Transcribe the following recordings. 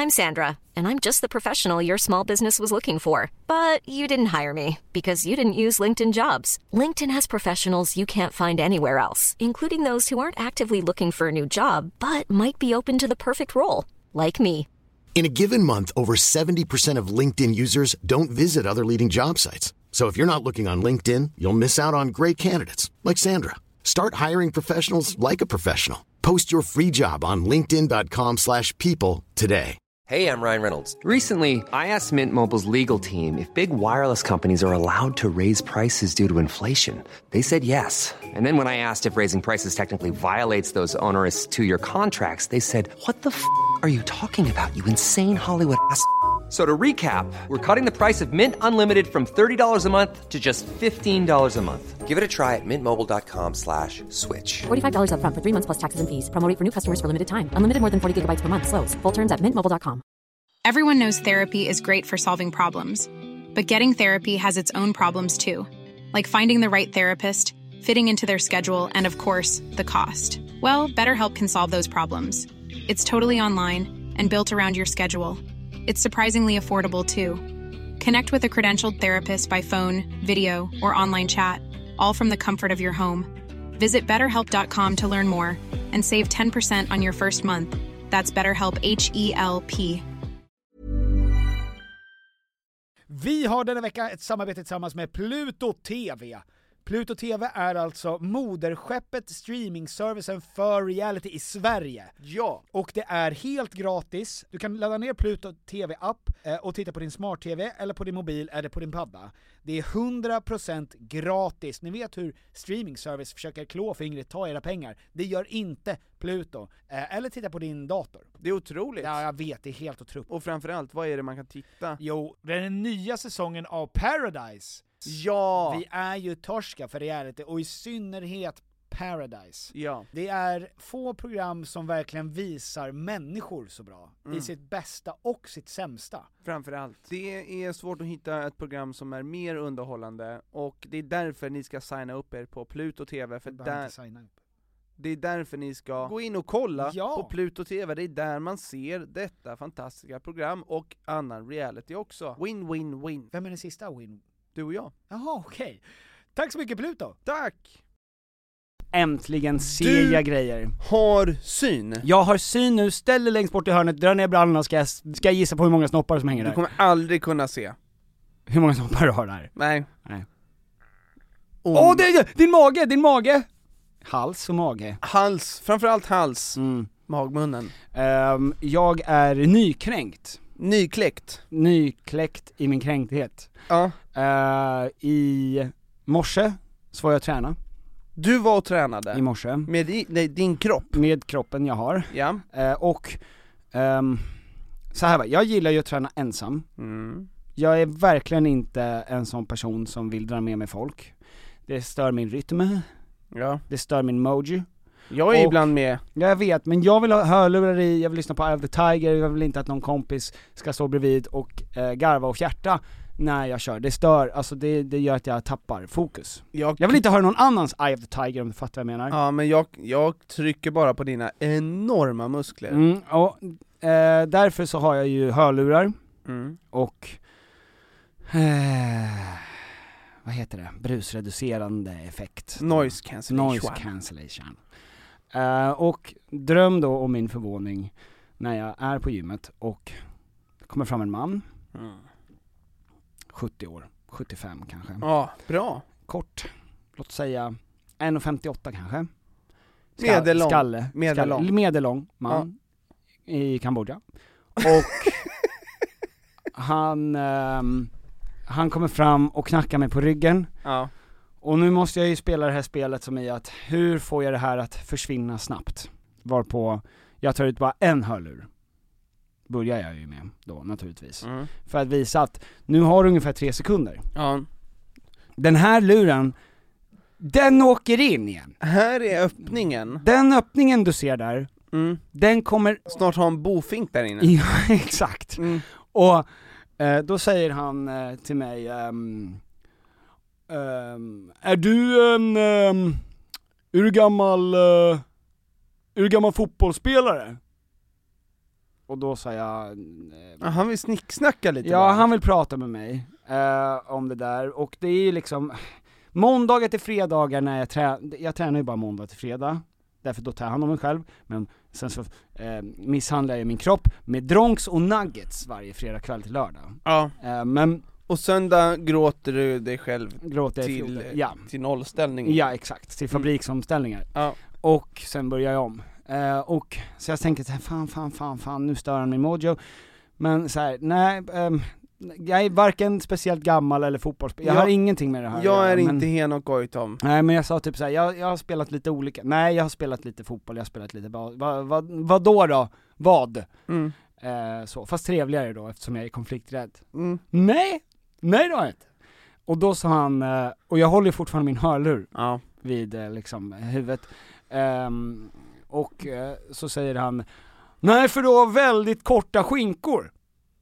I'm Sandra, and I'm just the professional your small business was looking for. But you didn't hire me because you didn't use LinkedIn Jobs. LinkedIn has professionals you can't find anywhere else, including those who aren't actively looking for a new job, but might be open to the perfect role, like me. In a given month, over 70% of LinkedIn users don't visit other leading job sites. So if you're not looking on LinkedIn, you'll miss out on great candidates like Sandra. Start hiring professionals like a professional. Post your free job on linkedin.com/people today. Hey, I'm Ryan Reynolds. Recently, I asked Mint Mobile's legal team if big wireless companies are allowed to raise prices due to inflation. They said yes. And then when I asked if raising prices technically violates those onerous two-year contracts, they said, "What the f*** are you talking about, you insane Hollywood ass?" So to recap, we're cutting the price of Mint Unlimited from $30 a month to just $15 a month. Give it a try at mintmobile.com/switch. $45 up front for 3 months plus taxes and fees. Promo rate for new customers for limited time. Unlimited more than 40 gigabytes per month. Slows full terms at mintmobile.com. Everyone knows therapy is great for solving problems. But getting therapy has its own problems too. Like finding the right therapist, fitting into their schedule, and of course, the cost. Well, BetterHelp can solve those problems. It's totally online and built around your schedule. It's surprisingly affordable, too. Connect with a credentialed therapist by phone, video, or online chat, all from the comfort of your home. Visit BetterHelp.com to learn more and save 10% on your first month. That's BetterHelp, H-E-L-P. Vi har denna vecka ett samarbete tillsammans med Pluto TV. Pluto TV är alltså moderskeppet streamingservicen för reality i Sverige. Ja. Och det är helt gratis. Du kan ladda ner Pluto TV-app och titta på din smart-tv eller på din mobil eller på din padda. Det är 100% gratis. Ni vet hur streamingservice försöker klåfingrigt ta era pengar. Det gör inte Pluto. Eller titta på din dator. Det är otroligt. Ja, jag vet. Det är helt otroligt. Och framförallt, vad är det man kan titta? Jo, det är den nya säsongen av Paradise. Ja! Vi är ju torska för reality och i synnerhet Paradise. Ja. Det är få program som verkligen visar människor så bra i sitt bästa och sitt sämsta. Framförallt. Det är svårt att hitta ett program som är mer underhållande och det är därför ni ska signa upp er på Pluto TV för det är därför ni ska gå in och kolla på Pluto TV. Det är där man ser detta fantastiska program och annan reality också. Win, win, win. Vem är den sista win? Du och jag. Jaha, okej. Tack så mycket Pluto. Tack! Äntligen ser jag grejer. Har syn. Jag har syn nu, ställer längst bort i hörnet, drar ner brallorna, ska jag gissa på hur många snoppar som hänger där. Du kommer aldrig kunna se. Hur många snoppar du har där? Nej. Din mage! Hals och mage. Hals, framförallt hals. Magmunnen. Jag är nykränkt. Nykläckt i min kränkthet. Ja. I morse så var jag träna. Du var och tränade? I morse. Med din kropp? Med kroppen jag har. Ja. Så här va, jag gillar ju att träna ensam. Jag är verkligen inte en sån person som vill dra med mig folk. Det stör min rytm. Ja. Det stör min mojo. Jag är ibland med. Jag vet, men jag vill ha hörlurar i, jag vill lyssna på Eye of the Tiger, jag vill inte att någon kompis ska stå bredvid och garva och fjärta när jag kör. Det stör, alltså det gör att jag tappar fokus. Jag vill inte höra någon annans Eye of the Tiger om du fattar vad jag menar. Ja, men jag trycker bara på dina enorma muskler. Därför så har jag ju hörlurar och vad heter det? Brusreducerande effekt. Noise cancellation. Och dröm då om min förvåning när jag är på gymmet och det kommer fram en man 70 år, 75 kanske. Ja, bra. Kort, låt säga 1,58 kanske. Medellång man i Kambodja. Och han kommer fram och knackar mig på ryggen. Ja. Och nu måste jag ju spela det här spelet som är att hur får jag det här att försvinna snabbt? Varpå jag tar ut bara en hörlur. Börjar jag ju med då naturligtvis. För att visa att nu har du ungefär 3 sekunder. Ja. Den här luren, den åker in igen. Här är öppningen. Den öppningen du ser där, den kommer snart ha en bofink där inne. Ja, exakt. Och då säger han till mig är du gammal fotbollsspelare? Och då sa jag... han vill snicksnacka lite. Ja, bara. han vill prata med mig om det där. Och det är ju liksom... Måndagar till fredagar när jag tränar ju bara måndag till fredag. Därför då tar jag hand om mig själv. Men sen så misshandlar jag min kropp med dronks och nuggets varje fredag kväll till lördag. Ja. Men... Och söndag gråter du dig själv till nollställning. Ja, exakt. Till fabriksomställningar. Ja. Och sen börjar jag om. Och så jag tänkte så här, fan, nu stör han min mojo. Men så här, nej, jag är varken speciellt gammal eller fotbollsspelare. Jag har ingenting med det här. Jag är inte Henok Goitom. Nej, men jag sa typ så här, jag har spelat lite olika. Nej, jag har spelat lite fotboll, jag har spelat lite vad då? Vad? Så, fast trevligare då eftersom jag är konflikträdd. Nej, det har jag inte. Och då sa han, och jag håller fortfarande min hörlur vid liksom huvudet. Och så säger han, nej, för du har väldigt korta skinkor.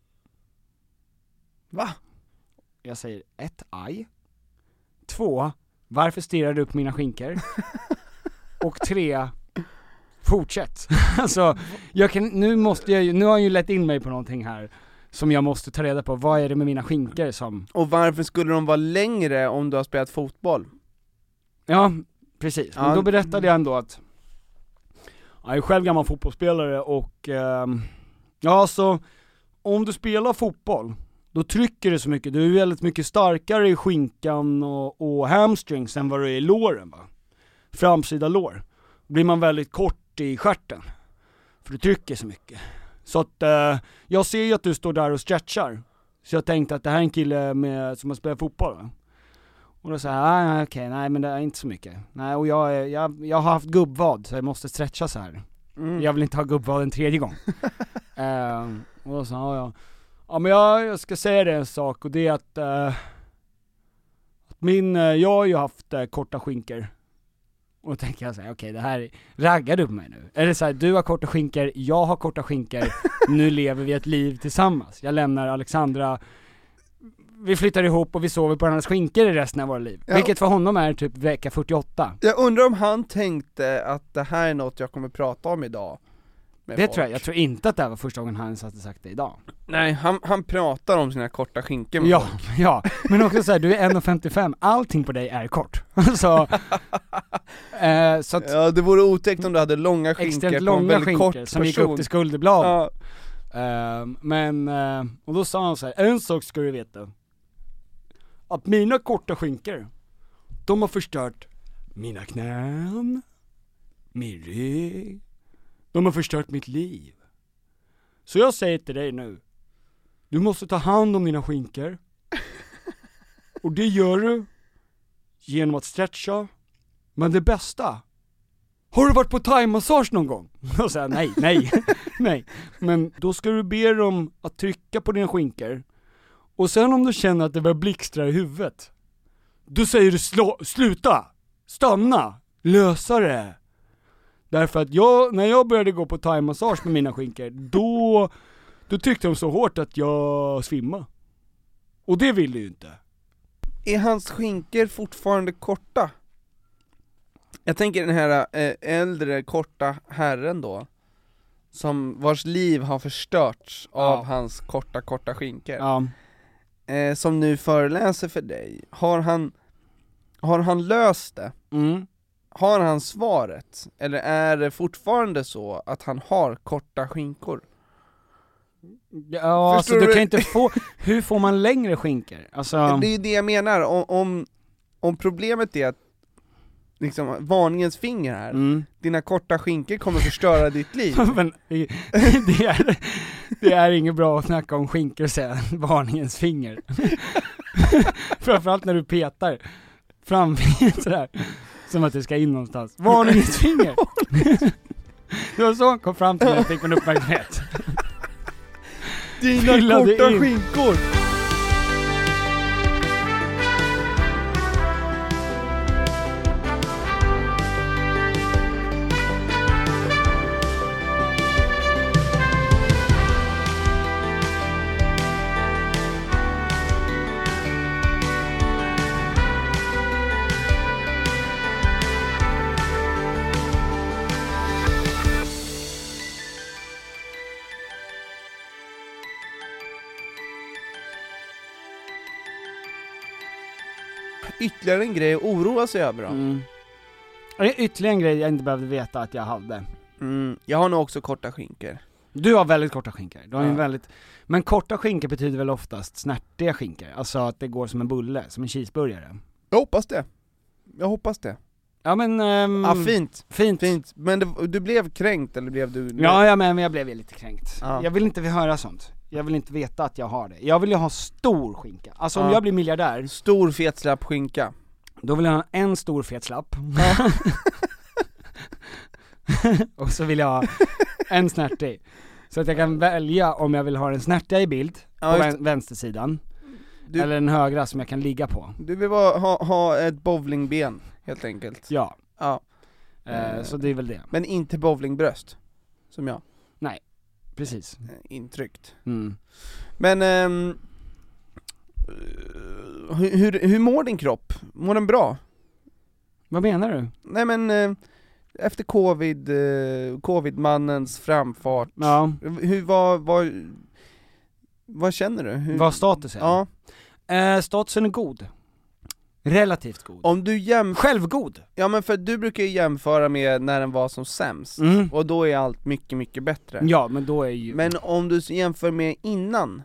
Va? Jag säger 1, aj. 2, varför stirrar du upp mina skinkor? Och 3, fortsätt. Alltså, nu har han ju lett in mig på någonting här som jag måste ta reda på. Vad är det med mina skinkor som... Och varför skulle de vara längre om du har spelat fotboll? Ja, precis. Men då berättade jag ändå att jag är själv gammal fotbollsspelare och så om du spelar fotboll då trycker du så mycket, du är väldigt mycket starkare i skinkan och hamstrings än vad du är i låren, va? Framsida lår. Då blir man väldigt kort i stjärten för du trycker så mycket. Så att jag ser ju att du står där och stretchar. Så jag tänkte att det här är en kille som har spelat fotboll, va? Och då sa jag, okej, nej men det är inte så mycket. Nej, och jag har haft gubbvad så jag måste stretcha så här. Jag vill inte ha gubbvad en tredje gång. Och då sa jag, men jag ska säga det en sak, och det är att jag har ju haft korta skinkor. Och då tänker jag så här, okej, det här raggar du på mig nu. Eller så här, du har korta skinkor, jag har korta skinkor. Nu lever vi ett liv tillsammans. Jag lämnar Alexandra, vi flyttar ihop och vi sover på hennes skinkor i resten av våra liv. Ja. Vilket för honom är typ vecka 48. Jag undrar om han tänkte att det här är något jag kommer prata om idag. Det tror jag tror inte att det här var första gången han hade sagt det idag. Nej, han pratar om sina korta skinkor med folk. Ja, men också så här, du är 1,55, allting på dig är kort. Så att, ja, det vore otäckt om du hade långa skinkor på en väldigt kort person som gick upp till skulderbladet. Ja. Och då sa han så här, en sak ska du veta. Att mina korta skinkor, de har förstört mina knän, min rygg, de har förstört mitt liv. Så jag säger till dig nu, du måste ta hand om dina skinkor. Och det gör du genom att stretcha. Men det bästa, har du varit på thai-massage någon gång? Och så här, nej. Men då ska du be dem att trycka på dina skinkor. Och sen om du känner att det börjar blixtra i huvudet, då säger du sluta, stanna, lösa det. Därför att när jag började gå på thai-massage med mina skinkor, då tyckte de så hårt att jag svimmade. Och det ville ju inte. Är hans skinkor fortfarande korta? Jag tänker den här äldre korta herren då, vars liv har förstörts av hans korta skinkor. Ja. Som nu föreläser för dig. Har han löst det? Har han svaret? Eller är det fortfarande så att han har korta skinkor? Ja, alltså du kan inte få... Hur får man längre skinkor? Alltså... Det är ju det jag menar. Om problemet är att liksom, varningens finger här, dina korta skinkor kommer förstöra ditt liv. Men det är inget bra att snacka om skinkor och säga varningens finger. Framförallt när du petar framfingret sådär, som att det ska in någonstans. Varningens finger. Det var så han kom fram till när jag fick min uppmärksamhet. Dina korta skinkor. ytterligare en grej att oroa sig över då. Det är ytterligare en grej jag inte behövde veta att jag hade. Jag har nog också korta skinkor. Du har väldigt korta skinkor. Du har en väldigt... Men korta skinkor betyder väl oftast snärtiga skinkor? Alltså att det går som en bulle, som en cheeseburgare. Jag hoppas det. Ja men... Fint. Men du blev kränkt eller blev du... Ja men jag blev lite kränkt. Ja. Jag vill inte höra sånt. Jag vill inte veta att jag har det. Jag vill ju ha stor skinka. Alltså om jag blir miljardär... Stor fetslapp skinka. Då vill jag ha en stor fetslapp. Och så vill jag ha en snärtig. Så att jag kan välja om jag vill ha en snärtiga i bild på vänstersidan. Eller en högra som jag kan ligga på. Du vill ha ett bowlingben helt enkelt. Ja. Så det är väl det. Men inte bowlingbröst som jag. Nej, precis. Intryckt. Men hur mår din kropp? Mår den bra? Vad menar du? Nej men efter covid-mannens framfart. Ja. Vad känner du? Vad statusen? Ja. Statusen är god. Relativt god. Om du självgod. Ja men för du brukar ju jämföra med när den var som sämst. Och då är allt mycket, mycket bättre. Ja men då är ju... Men om du jämför med innan.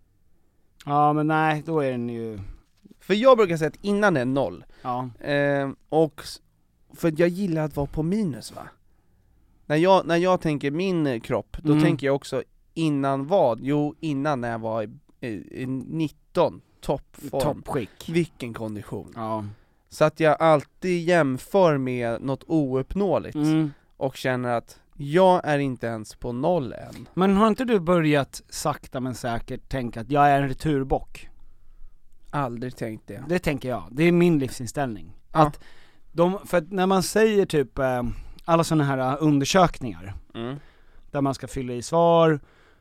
Ja men nej, då är den ju... För jag brukar säga att innan är 0. Ja. Och för jag gillar att vara på minus va. När jag tänker min kropp, då tänker jag också innan vad? Jo, innan när jag var i 19, toppskick. Vilken kondition. Ja. Så att jag alltid jämför med något ouppnåeligt och känner att jag är inte ens på 0 än. Men har inte du börjat sakta men säkert tänka att jag är en returbock? Aldrig tänkt det. Det tänker jag. Det är min livsinställning. Att för att när man säger typ alla såna här undersökningar där man ska fylla i svar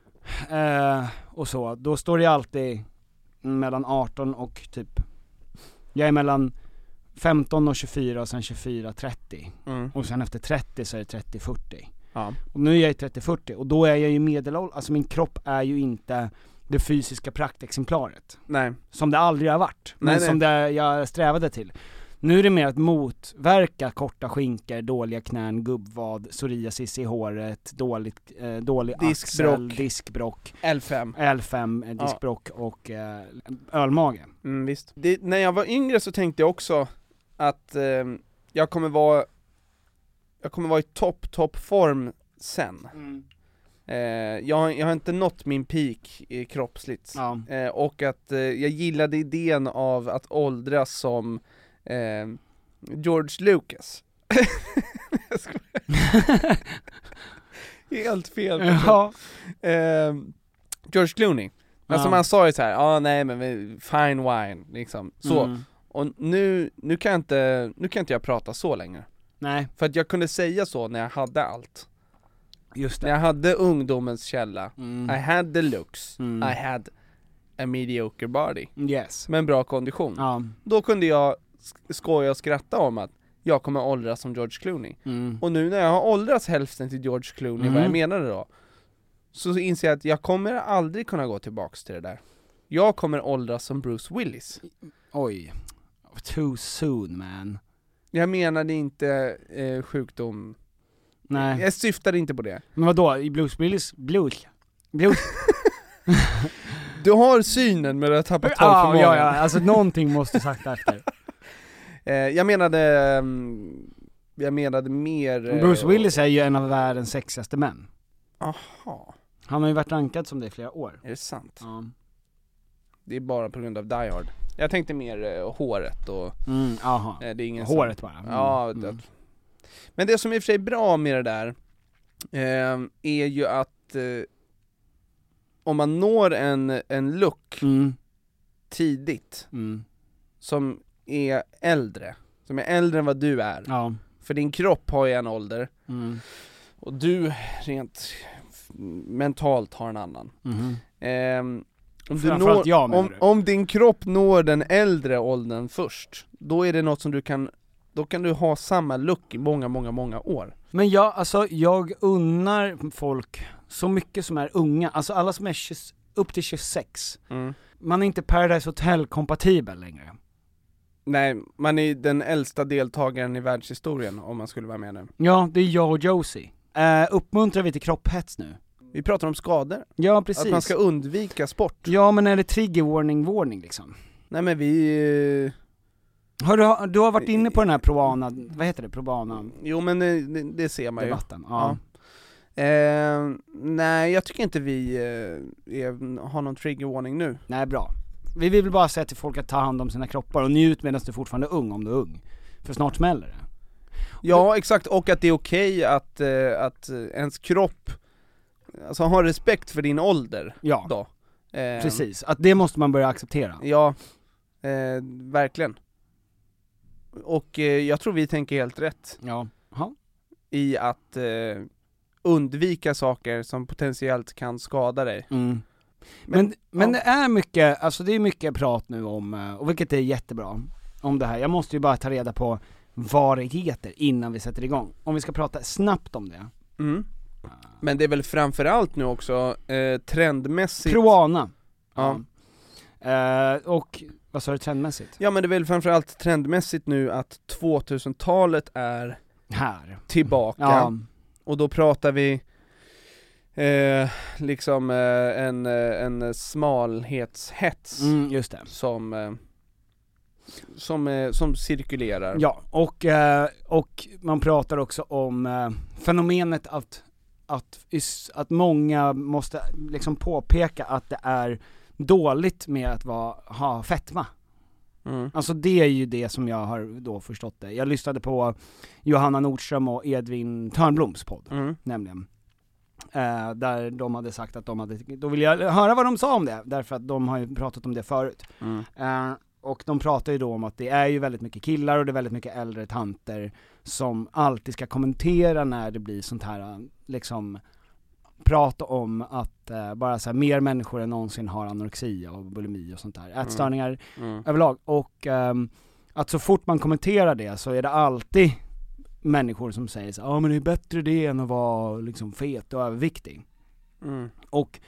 och så, då står det alltid mellan 18 och typ, jag är mellan 15 och 24 och sen 24-30 och sen efter 30 så är det 30-40. Och nu är jag i 30-40 och då är jag ju medelålder, alltså min kropp är ju inte det fysiska praktexemplaret. Nej. Som det aldrig har varit, men som det jag strävade till. Nu är det mer att motverka korta skinkor, dåliga knän, gubbvad, psoriasis i håret, dålig axel, diskbrock, L5 diskbrock och ölmage. Visst. När jag var yngre så tänkte jag också att jag kommer vara i toppform sen. Jag har inte nått min peak i kroppsligt. Och att jag gillade idén av att åldras som George Lucas. Jag skojar. Helt fel. Ja. George Clooney. Men som han sa ju så här, nej men fine wine liksom. Så. Och nu kan inte jag prata så längre. Nej. För att jag kunde säga så när jag hade allt. Just det. När jag hade ungdomens källa. I had the looks. I had a mediocre body. Yes. Med en bra kondition. Då kunde jag skoja och skratta om att jag kommer åldras som George Clooney. Och nu när jag har åldrats hälften till George Clooney, vad jag menade då, så inser jag att jag kommer aldrig kunna gå tillbaks till det där. Jag kommer åldras som Bruce Willis. Oj. Too soon, man. Jag menade inte sjukdom. Nej. Jag syftade inte på det. Men vadå? I Bruce Willis? Blues. Du har synen med att tappa talförmågan. Ja, alltså någonting måste sagt efter. Jag menade mer... Bruce Willis är ju en av världens sexigaste män. Aha. Han har ju varit rankad som det i flera år. Är det sant? Ja. Det är bara på grund av Die Hard. Jag tänkte mer håret och... det är ingen håret bara. Ja, men det som är i och för sig bra med det där är ju att om man når en look tidigt som är äldre än vad du är. Ja. För din kropp har ju en ålder och du rent mentalt har en annan. Om din kropp når den äldre åldern först, då är det något som då kan du ha samma look i många år. Men jag unnar folk så mycket som är unga, alltså alla som är upp till 26. Man är inte Paradise Hotel kompatibel längre. Nej, man är den äldsta deltagaren i världshistorien om man skulle vara med nu. Ja, det är jag och Josie. Uppmuntrar vi till kropphets nu? Vi pratar om skador. Ja, precis. Att man ska undvika sport. Ja, men är det trigger warning liksom? Nej, men vi... Du har varit inne på den här Probana, vad heter det, Probana? Jo, men det ser man debatten, ju. Ja. Nej, jag tycker inte vi har någon trigger warning nu. Nej, bra. Vi vill bara säga till folk att ta hand om sina kroppar och njut medan du fortfarande är ung, om du är ung. För snart smäller det. Ja, exakt, och att det är okej att ens kropp, alltså ha respekt för din ålder. Ja, då. Precis, att det måste man börja acceptera. Ja, verkligen. Och jag tror vi tänker helt rätt. Ja. I att undvika saker som potentiellt kan skada dig. Mm. Men det är mycket, alltså det är mycket prat nu om, och vilket är jättebra, om det här. Jag måste ju bara ta reda på vad det heter innan vi sätter igång. Om vi ska prata snabbt om det. Mm. Men det är väl framförallt nu också trendmässigt. Probana. Ja. Och vad sa du trendmässigt? Ja, men det är väl framförallt trendmässigt nu att 2000-talet är här tillbaka. Ja. Och då pratar vi liksom en smalhetshets. Just det. Som cirkulerar. Ja, och man pratar också om fenomenet att många måste liksom påpeka att det är dåligt med att ha fetma. Mm. Alltså det är ju det som jag har då förstått det. Jag lyssnade på Johanna Nordström och Edvin Törnbloms podd, nämligen. Där de hade sagt att då vill jag höra vad de sa om det, därför att de har ju pratat om det förut. Och de pratar ju då om att det är ju väldigt mycket killar och det är väldigt mycket äldre tanter som alltid ska kommentera när det blir sånt här, liksom prata om att bara så här, mer människor än någonsin har anorexi och bulimi och sånt där, ätstörningar överlag, och att så fort man kommenterar det så är det alltid människor som säger så, ja men det är bättre det än att vara liksom fet och överviktig. Och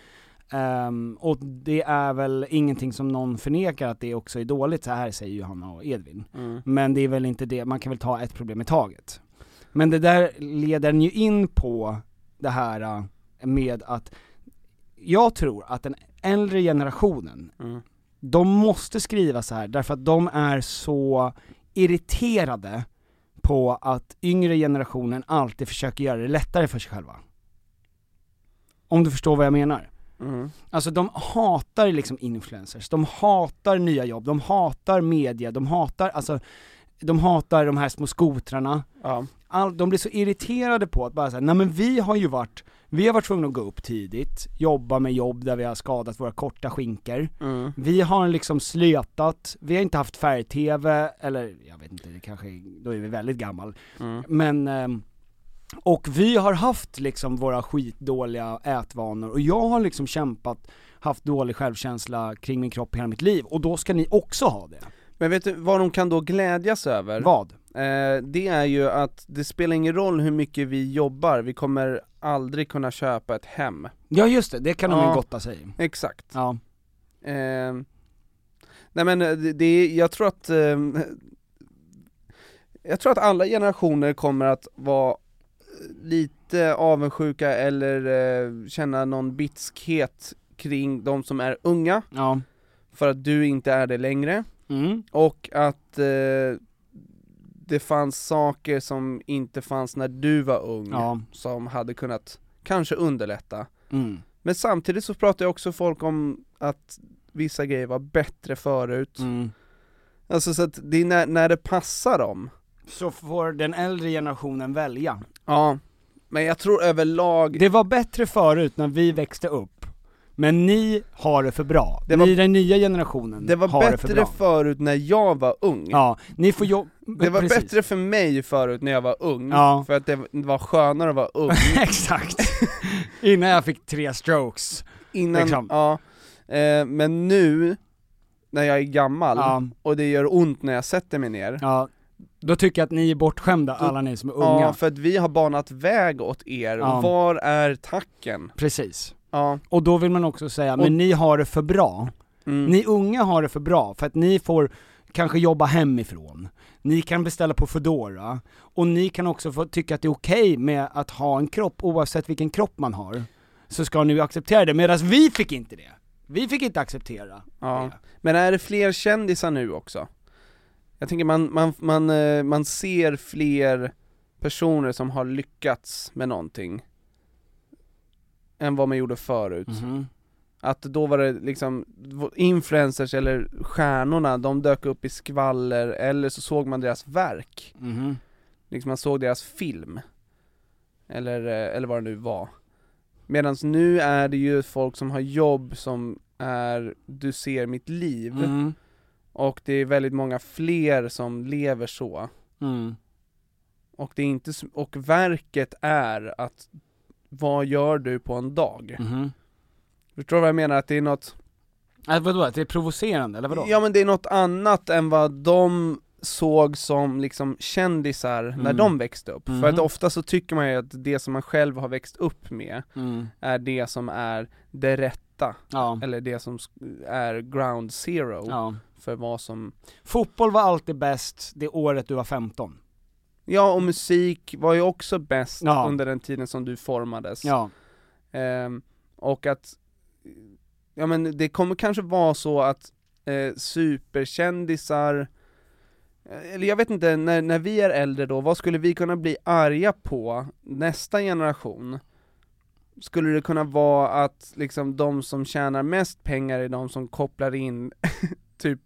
det är väl ingenting som någon förnekar att det också är dåligt, så här säger Johanna och Edvin. Men det är väl inte det, man kan väl ta ett problem i taget. Men det där leder ju in på det här med att jag tror att den äldre generationen, de måste skriva så här därför att de är så irriterade på att yngre generationen alltid försöker göra det lättare för sig själva. Om du förstår vad jag menar. Alltså de hatar liksom influencers, de hatar nya jobb, de hatar media, de hatar de här små skotrarna. De blir så irriterade på att bara säga, nej men vi har varit tvungna att gå upp tidigt, jobba med jobb där vi har skadat våra korta skinkor. Vi har liksom slötat, vi har inte haft färg-tv, eller jag vet inte, det kanske, då är vi väldigt gammal. Men och vi har haft liksom våra skitdåliga ätvanor, och jag har liksom haft dålig självkänsla kring min kropp hela mitt liv, och då ska ni också ha det. Men vet du vad de kan då glädjas över? Vad? Det är ju att det spelar ingen roll hur mycket vi jobbar, vi kommer aldrig kunna köpa ett hem. Ja just det kan de ju gotta sig. Exakt. Ja. Nej men jag tror att alla generationer kommer att vara lite avundsjuka eller känna någon bitskhet kring de som är unga. Ja. För att du inte är det längre. Och att det fanns saker som inte fanns när du var ung, som hade kunnat kanske underlätta. Men samtidigt så pratar jag också folk om att vissa grejer var bättre förut. Alltså så att det är när det passar dem. Så får den äldre generationen välja. Ja, men jag tror överlag... Det var bättre förut när vi växte upp. Men ni har det för bra. Ni den nya generationen det var har bättre det för bra. Förut när jag var ung. Ja, ni får det var bättre för mig förut när jag var ung. För att det var skönare att vara ung. Exakt. Innan jag fick 3 strokes. Liksom. Ja. Men nu när jag är gammal och det gör ont när jag sätter mig ner. Ja. Då tycker jag att ni är bortskämda, alla ni som är unga. Ja, för att vi har banat väg åt er. Var är tacken? Precis. Ja. Och då vill man också säga, men ni har det för bra. Ni unga har det för bra, för att ni får kanske jobba hemifrån. Ni kan beställa på Foodora. Och ni kan också få tycka att det är okej med att ha en kropp, oavsett vilken kropp man har. Så ska ni acceptera det, medan vi fick inte det. Vi fick inte acceptera det. Men är det fler kändisar nu också? Jag tänker man ser fler personer som har lyckats med någonting än vad man gjorde förut. Att då var det liksom influencers eller stjärnorna, de dök upp i skvaller, eller så såg man deras verk. Liksom man såg deras film. Eller vad det nu var. Medan nu är det ju folk som har jobb som är du ser mitt liv. Och det är väldigt många fler som lever så. Och det är inte, och verket är att vad gör du på en dag? Förstår du vad jag menar? Att det är något... vadå? Att det är provocerande, eller vadå? Ja, men det är något annat än vad de såg som liksom kändisar när de växte upp. För att ofta så tycker man ju att det som man själv har växt upp med är det som är det rätta. Eller det som är ground zero för vad som... Fotboll var alltid bäst det året du var 15. Ja, och musik var ju också bäst under den tiden som du formades. Och att men det kommer kanske vara så att superkändisar, eller jag vet inte, när vi är äldre då, vad skulle vi kunna bli arga på nästa generation? Skulle det kunna vara att liksom de som tjänar mest pengar är de som kopplar in typ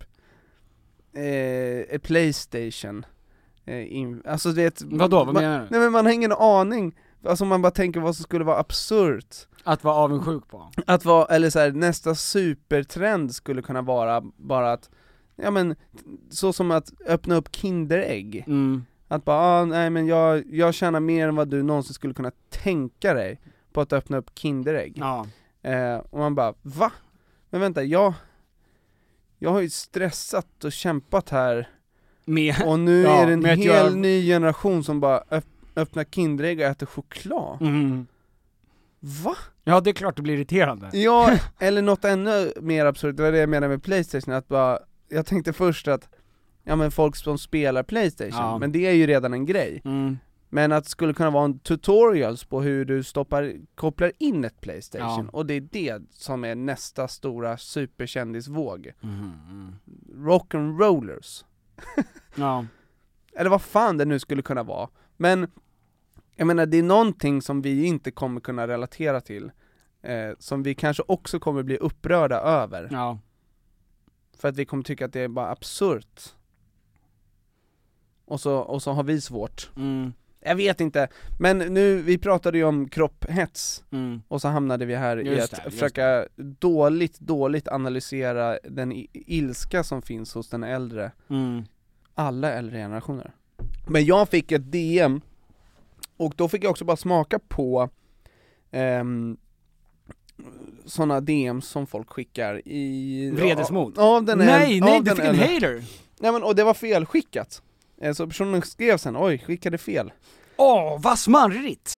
ett PlayStation? Alltså det... Vadå? Vad menar du? Nej, men man har ingen aning. Alltså man bara tänker vad som skulle vara absurt. Att vara avundsjuk på. Att vara, eller så här, nästa supertrend skulle kunna vara bara att, ja men, så som att öppna upp Kinderägg. Att bara, nej men jag tjänar mer än vad du någonsin skulle kunna tänka dig på att öppna upp Kinderägg. Och man bara, va? Men vänta, jag har ju stressat och kämpat här. Och nu är det en hel ny generation som bara öppnar Kinderägg och äter choklad. Va? Ja, det är klart det blir irriterande. Ja, eller något ännu mer absurt. Det var det jag menade med PlayStation, att bara, jag tänkte först att ja men folk som spelar PlayStation, men det är ju redan en grej. Men att det skulle kunna vara en tutorials på hur du kopplar in ett PlayStation. Och det är det som är nästa stora superkändisvåg. Rock'n'rollers. Eller vad fan det nu skulle kunna vara. Men jag menar, det är någonting som vi inte kommer kunna relatera till, som vi kanske också kommer bli upprörda över. För att vi kommer tycka att det är bara absurt. Och så har vi svårt. Jag vet inte. Men nu, vi pratade ju om kropphets. Och så hamnade vi här i att försöka dåligt analysera den ilska som finns hos den äldre. Alla äldre generationer. Men jag fick ett DM. Och då fick jag också bara smaka på såna DM som folk skickar i... Vredesmod? Nej, du fick en hater! Nej, men, och det var felskickat. Så personen skrev sen, oj, skickade fel. Vad smarrigt!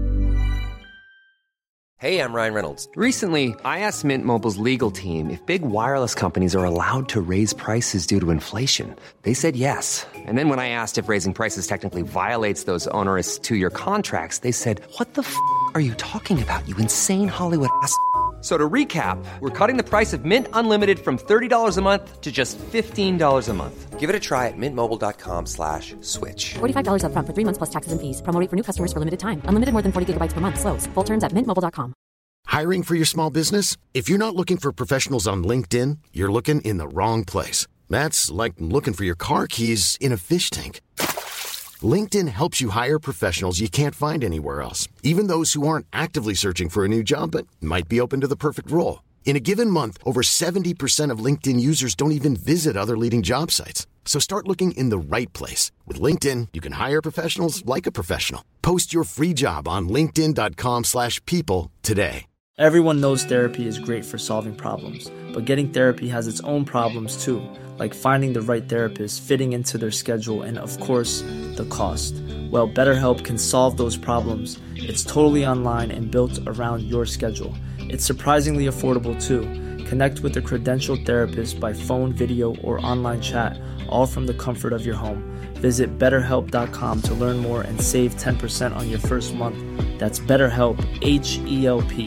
Hey, I'm Ryan Reynolds. Recently, I asked Mint Mobile's legal team if big wireless companies are allowed to raise prices due to inflation. They said yes. And then when I asked if raising prices technically violates those onerous 2-year contracts, they said, what the f*** are you talking about, you insane Hollywood ass? So to recap, we're cutting the price of Mint Unlimited from $30 a month to just $15 a month. Give it a try at mintmobile.com/switch. $45 up front for 3 months plus taxes and fees. Promo rate for new customers for limited time. Unlimited more than 40 gigabytes per month. Slows full terms at mintmobile.com. Hiring for your small business? If you're not looking for professionals on LinkedIn, you're looking in the wrong place. That's like looking for your car keys in a fish tank. LinkedIn helps you hire professionals you can't find anywhere else, even those who aren't actively searching for a new job but might be open to the perfect role. In a given month, over 70% of LinkedIn users don't even visit other leading job sites. So start looking in the right place. With LinkedIn, you can hire professionals like a professional. Post your free job on linkedin.com/people today. Everyone knows therapy is great for solving problems, but getting therapy has its own problems too, like finding the right therapist, fitting into their schedule, and of course, the cost. Well, BetterHelp can solve those problems. It's totally online and built around your schedule. It's surprisingly affordable too. Connect with a credentialed therapist by phone, video, or online chat, all from the comfort of your home. Visit BetterHelp.com to learn more and save 10% on your first month. That's BetterHelp, H-E-L-P.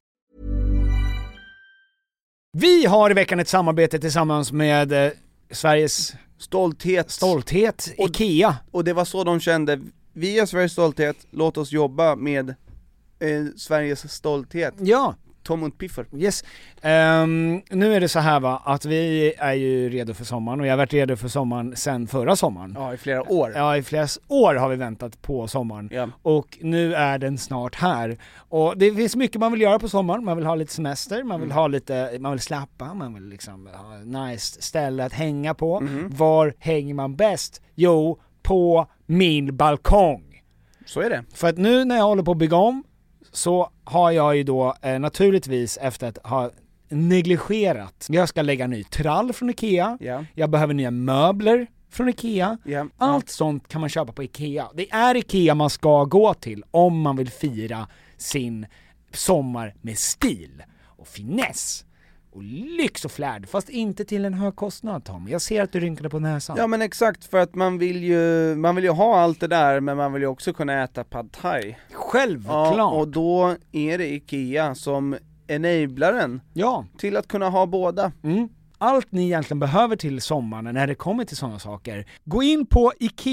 Vi har i veckan ett samarbete tillsammans med Sveriges stolthet, IKEA. Och det var så de kände, vi är Sveriges stolthet, låt oss jobba med Sveriges stolthet. Ja. Tom und Piffer. Yes. Nu är det så här va, att vi är ju redo för sommaren, och jag har varit redo för sommaren sen förra sommaren. Ja, i flera år. Ja, i flera år har vi väntat på sommaren. Ja. Och nu är den snart här. Och det finns mycket man vill göra på sommaren. Man vill ha lite semester, man vill ha lite, man vill slappa, man vill liksom ha ett nice ställe att hänga på. Var hänger man bäst? Jo, på min balkong. Så är det. För att nu när jag håller på att bygga om, så har jag ju då naturligtvis, efter att ha negligerat, jag ska lägga ny trall från IKEA, jag behöver nya möbler från IKEA, allt sånt kan man köpa på IKEA. Det är IKEA man ska gå till om man vill fira sin sommar med stil och finess och lyx och flärd, fast inte till en hög kostnad, Tom. Jag ser att du rynkade på näsan. Ja men exakt, för att man vill ju ha allt det där, men man vill ju också kunna äta pad thai. Självklart. Ja, och då är det IKEA som enablaren till att kunna ha båda. Allt ni egentligen behöver till sommaren när det kommer till sådana saker, gå in på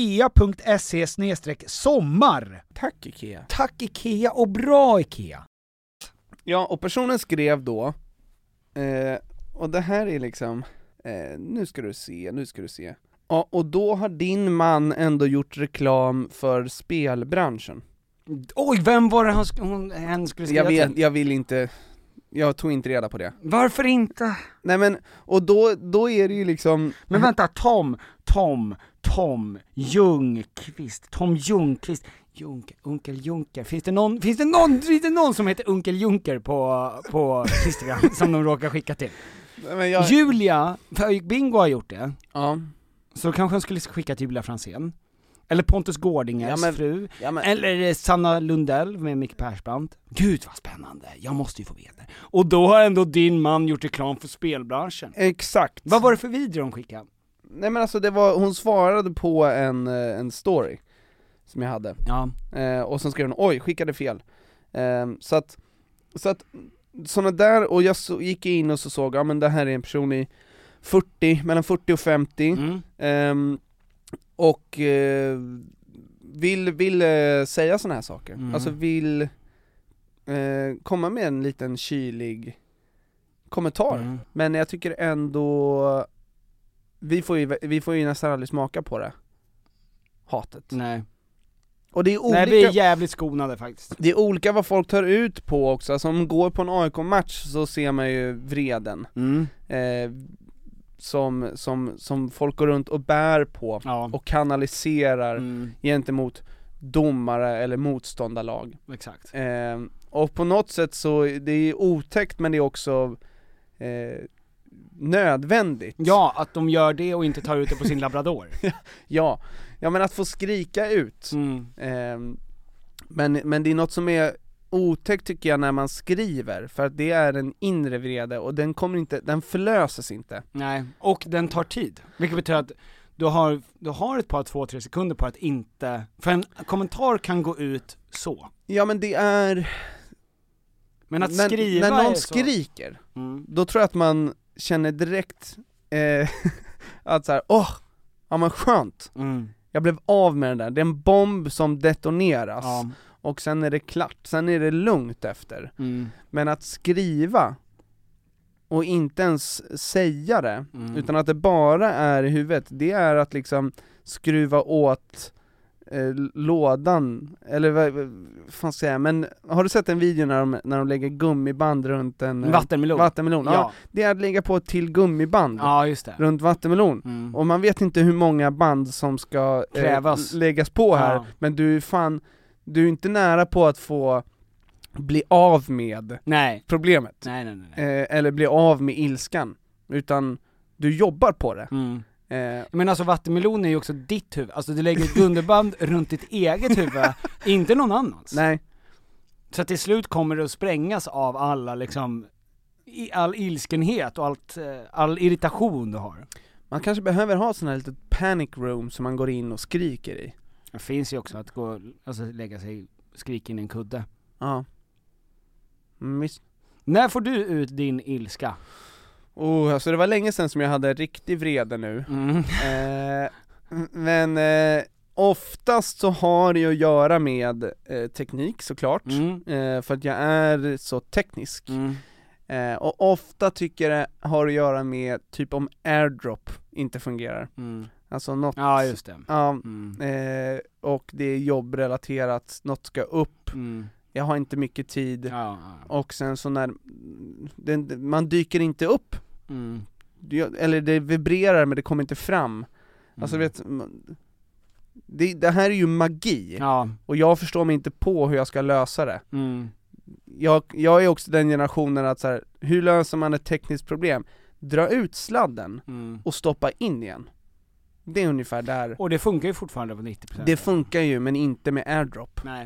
ikea.se/sommar. Tack IKEA. Tack IKEA, och bra IKEA. Ja, och personen skrev då, och det här är liksom, nu ska du se. Ja, och då har din man ändå gjort reklam för spelbranschen. Oj, vem var det hen skulle skriva till? Jag vill inte, jag tog inte reda på det. Varför inte? Nej men, och då är det ju liksom... Men vänta, Tom Ljungqvist, Onkel Junker. Finns det någon som heter Onkel Junker på Instagram som de råkar skicka till? Men Julia, för Bingo har gjort det. Ja. Så kanske han skulle skicka till Julia Franzén. Eller Pontus Gårdingers fru. Eller Sanna Lundell med Micke Persbrandt. Gud vad spännande, jag måste ju få veta. Och då har ändå din man gjort reklam för spelbranschen. Exakt. Vad var det för video de skickade? Nej men alltså hon svarade på en story som jag hade. Ja. Och sen skrev hon, oj, skickade fel. Så att såna där, och jag gick in och så såg, ja men det här är en person i mellan 40 och 50. Och vill säga såna här saker. Alltså vill komma med en liten kylig kommentar. Men jag tycker ändå vi får ju nästan aldrig smaka på det hatet. Nej. Och det är olika. Nej, vi är jävligt skonade faktiskt. Det är olika vad folk tar ut på också. Alltså, om man går på en AIK-match så ser man ju vreden. Som folk går runt och bär på och kanaliserar gentemot domare eller motståndarlag. Exakt. Och på något sätt så det är otäckt, men det är också nödvändigt. Ja, att de gör det och inte tar ut det på sin labrador. Ja, men att få skrika ut. Men det är något som är otäckt tycker jag när man skriver, för att det är en inre vrede och den förlöses inte. Nej, och den tar tid. Vilket betyder att du har ett par 2-3 sekunder på att inte, för en kommentar kan gå ut så. Ja, men det är, men att skriva när någon skriker, då tror jag att man känner direkt att så här, ja men skönt. Jag blev av med den där. Det är en bomb som detoneras. Ja. Och sen är det klart. Sen är det lugnt efter. Men att skriva och inte ens säga det, utan att det bara är i huvudet, det är att liksom skruva åt lådan, eller vad fan ska jag säga, men har du sett en video när de lägger gummiband runt en vattenmelon? Ja. Det är att lägga på till gummiband just det. Runt vattenmelon. Och man vet inte hur många band som ska läggas på här, men du är inte nära på att få bli av med problemet. Nej. Eller bli av med ilskan, utan du jobbar på det. Men alltså vattenmelon är ju också ditt huvud. Alltså du lägger ett gummiband runt ditt eget huvud, inte någon annans. Nej. Så att till slut kommer det att sprängas av alla liksom all ilskenhet och all irritation du har. Man kanske behöver ha sån här litet panic room som man går in och skriker i. Det finns ju också att lägga sig och skrika in i en kudde. Ja. När får du ut din ilska? Alltså det var länge sedan som jag hade riktig vrede nu. Men oftast så har det att göra med teknik såklart. För att jag är så teknisk. Och ofta tycker jag det har att göra med typ om AirDrop inte fungerar. Alltså något, ja just det. Och det är jobbrelaterat, något ska upp. Jag har inte mycket tid. Och sen så när man dyker inte upp. Eller det vibrerar men det kommer inte fram. Alltså vet, det här är ju magi. Och jag förstår mig inte på hur jag ska lösa det. Jag är också den generationen att så här, hur löser man ett tekniskt problem? Dra ut sladden och stoppa in igen. Det är ungefär där. Och det funkar ju fortfarande på 90%. Det funkar ju, men inte med AirDrop. Nej.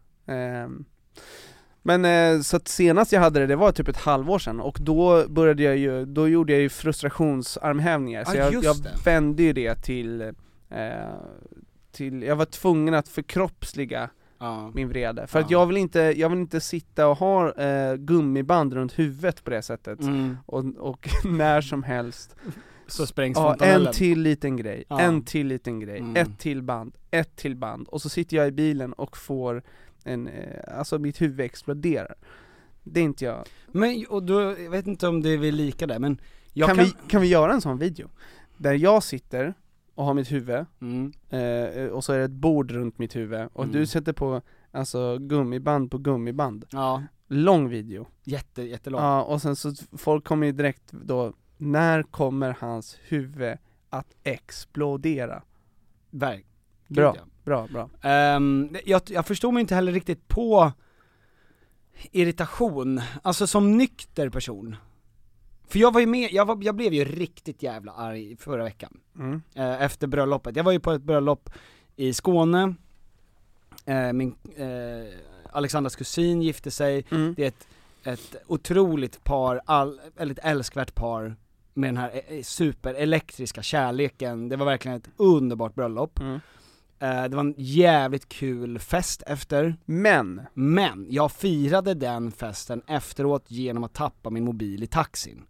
Men så att senast jag hade det var typ ett halvår sedan. Och då gjorde jag ju frustrationsarmhävningar. Så jag vände ju det till jag var tvungen att förkroppsliga min vrede. För att jag vill inte sitta och ha gummiband runt huvudet på det sättet. Och när som helst så sprängs fontanellen. En till liten grej, en till liten grej, ett till band. Och så sitter jag i bilen och får alltså mitt huvud exploderar. Det är inte jag. Men och då, jag vet inte om det är lika där, men kan vi göra en sån video där jag sitter och har mitt huvud och så är det ett bord runt mitt huvud och du sätter på alltså gummiband på gummiband. Lång video. Jättelång. Ja, och sen så folk kommer ju direkt då, när kommer hans huvud att explodera? Bra. Jag förstår mig inte heller riktigt på irritation, alltså som nykter person. För jag var ju med, jag blev ju riktigt jävla arg förra veckan. Efter bröllopet. Jag var ju på ett bröllop i Skåne. Min Alexandras kusin gifte sig. Det är ett otroligt par, väldigt älskvärt par med den här superelektriska kärleken. Det var verkligen ett underbart bröllop. Det var en jävligt kul fest efter. Men jag firade den festen efteråt genom att tappa min mobil i taxin.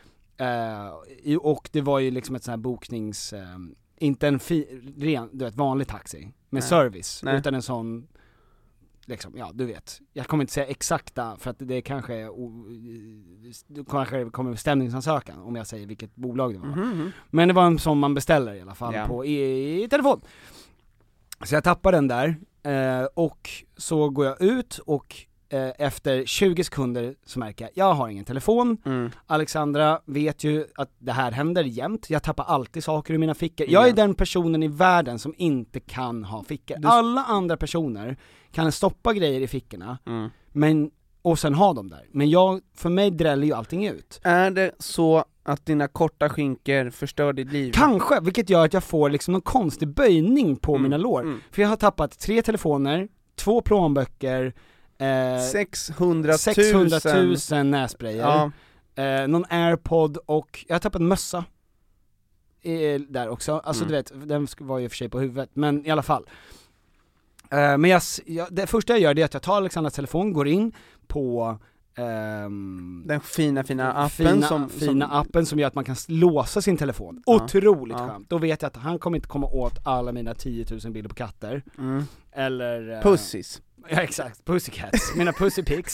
Och det var ju liksom ett sån här boknings... inte en vanlig taxi med service. Utan en sån... Liksom, ja, du vet. Jag kommer inte säga exakta för att det kanske kommer stämningsansökan om jag säger vilket bolag det var. Men det var en sån man beställer i alla fall på i telefon. Så jag tappar den där och så går jag ut och efter 20 sekunder så märker jag har ingen telefon. Alexandra vet ju att det här händer jämt. Jag tappar alltid saker i mina fickor. Jag är den personen i världen som inte kan ha fickor. Alla andra personer kan stoppa grejer i fickorna och sen ha dem där. Men för mig dräller ju allting ut. Är det så att dina korta skinkor förstör ditt liv? Kanske, vilket gör att jag får liksom någon konstig böjning på mina lår. För jag har tappat 3 telefoner, 2 plånböcker, 600 000 nässprayer, någon AirPod och jag har tappat en mössa där också. Alltså du vet, den var ju för sig på huvudet, men i alla fall. Men det första jag gör det är att jag tar Alexandras telefon, går in på den fina appen appen som gör att man kan låsa sin telefon. Otroligt skönt. Då vet jag att han kommer inte komma åt alla mina 10 000 bilder på katter. Eller Pussis. Ja exakt, Pussycats, mina pussypics.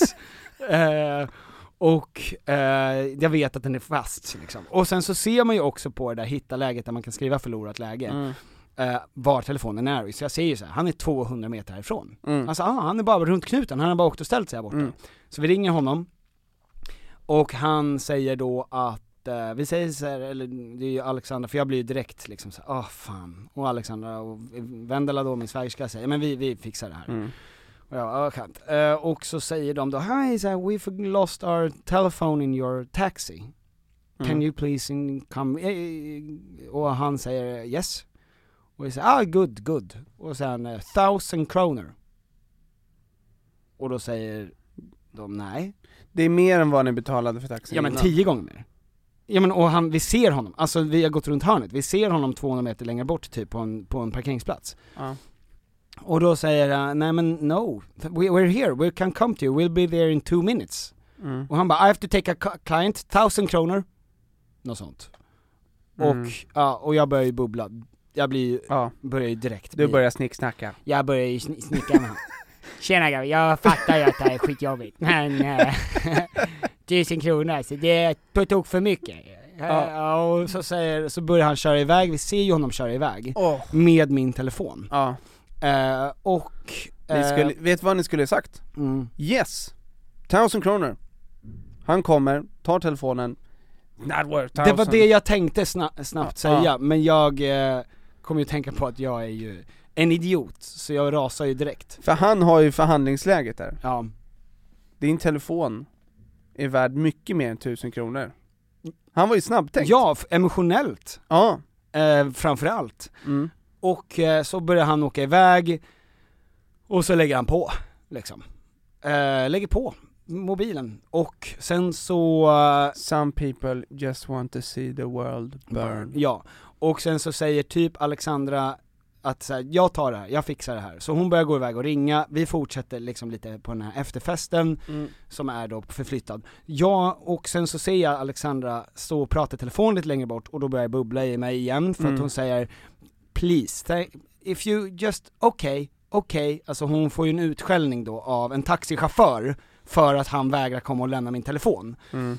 Och jag vet att den är fast liksom. Och sen så ser man ju också på det där hitta läget där man kan skriva förlorat läge. Var telefonen är. Så jag ser ju så här, han är 200 meter härifrån. Alltså han är bara runt knuten, han har bara åkt och ställt sig här borta. Så vi ringer honom och han säger då att vi säger så här, eller det är ju Alexandra, för jag blir ju direkt liksom så här, fan. Och Alexandra och Vendela då, min svägerska, säger men vi fixar det här. Och jag kan. Och så säger de då, hi, we've lost our telephone in your taxi. Can you please come? Och han säger yes. Och jag säger, good. Och sen 1,000 kronor. Och då säger Nej. Det är mer än vad ni betalade för taxin. Ja men 10 gånger mer. Ja men och vi ser honom, alltså vi har gått runt hörnet, vi ser honom 200 meter längre bort typ på en parkeringsplats. Ja. Och då säger han, nej men no, we're here, we can come to you, we'll be there in 2 minutes. Och han bara, I have to take a client, 1000 kronor. Något sånt. Och jag börjar ju bubbla. Jag börjar ju direkt. Du börjar snicksnacka. Jag börjar ju snicka med honom. Tjena grabbar, jag fattar ju att det här är skitjobbigt. Men 1000 kronor, alltså, det är på tok för mycket. Och så börjar han köra iväg. Vi ser ju honom köra iväg med min telefon. Vet vad ni skulle ha sagt? Yes, 1000 kronor. Han kommer, tar telefonen. Det var det jag tänkte snabbt säga. Men jag kommer ju tänka på att jag är ju en idiot. Så jag rasar ju direkt. För han har ju förhandlingsläget där. Ja. Din telefon är värd mycket mer än 1000 kronor. Han var ju snabbtänkt. Ja, emotionellt. Ja. Framförallt. Och så börjar han åka iväg. Och så lägger han på liksom. Lägger på mobilen. Och sen så some people just want to see the world burn. Ja. Och sen så säger typ Alexandra att så här, jag tar det här, jag fixar det här. Så hon börjar gå iväg och ringa. Vi fortsätter liksom lite på den här efterfesten som är då förflyttad. Ja, och sen så ser jag Alexandra stå och prata i telefon lite längre bort. Och då börjar jag bubbla i mig igen. För att hon säger, please, if you just, okay. Alltså hon får ju en utskällning då av en taxichaufför för att han vägrar komma och lämna min telefon.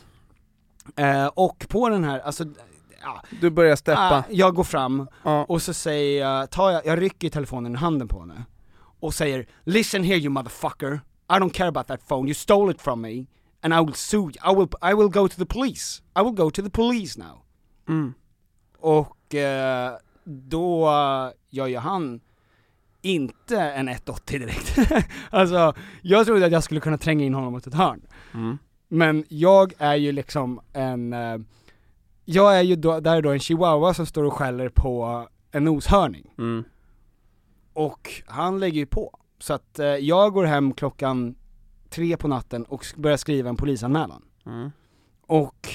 Och på den här, alltså du börjar steppa. Jag går fram och så säger jag rycker telefonen i handen på henne och säger, listen here you motherfucker, I don't care about that phone, you stole it from me and I will sue you. I will go to the police. I will go to the police now. Och då gör ju han inte en 180 direkt. Alltså, jag trodde att jag skulle kunna tränga in honom mot ett hörn. Men jag är ju liksom jag är ju då en chihuahua som står och skäller på en noshörning. Och han lägger ju på. Så att jag går hem 3:00 på natten och börjar skriva en polisanmälan. Och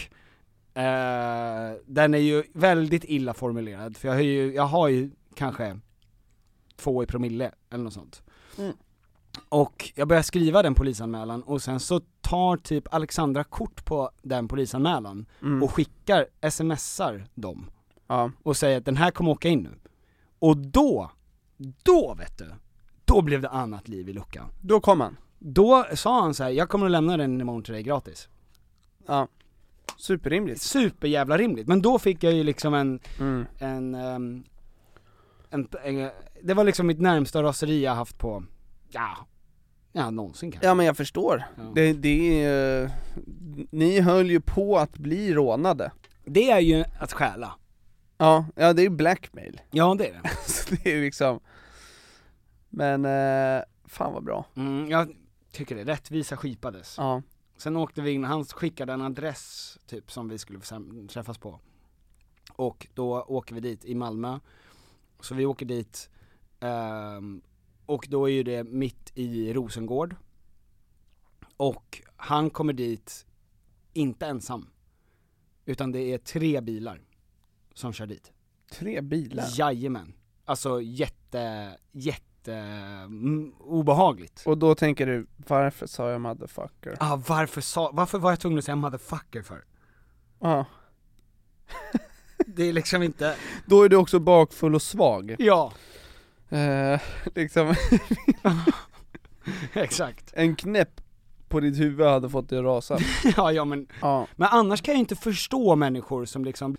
den är ju väldigt illa formulerad. För jag har ju kanske 2 i promille eller något sånt. Och jag börjar skriva den polisanmälan och sen så tar typ Alexandra kort på den polisanmälan och skickar smsar dem. Och säger att den här kommer åka in nu. Och då vet du, då blev det annat liv i luckan. Då kom han. Då sa han så här, jag kommer att lämna den imorgon till dig gratis. Ja. Superrimligt. Superjävla rimligt. Men då fick jag ju liksom det var liksom mitt närmsta raseri jag haft på någonsin kanske. Ja men jag förstår. Ja. Ni höll ju på att bli rånade. Det är ju att stjäla. Ja det är ju blackmail. Ja det är det. Så det är liksom. Men fan vad bra. Jag tycker det, rättvisa skipades. Ja. Sen åkte vi in, han skickade en adress typ som vi skulle träffas på. Och då åker vi dit i Malmö. Så vi åker dit och då är ju det mitt i Rosengård. Och han kommer dit inte ensam. Utan det är 3 bilar som kör dit. 3 bilar? Jajamän. Alltså jätte obehagligt. Och då tänker du, varför sa jag motherfucker? Varför var jag tvungen att säga motherfucker för? Ja. Det är liksom inte. Då är du också bakfull och svag. Ja. Liksom. Exakt. En knäpp på ditt huvud hade fått dig att rasa. Men annars kan jag inte förstå människor som liksom.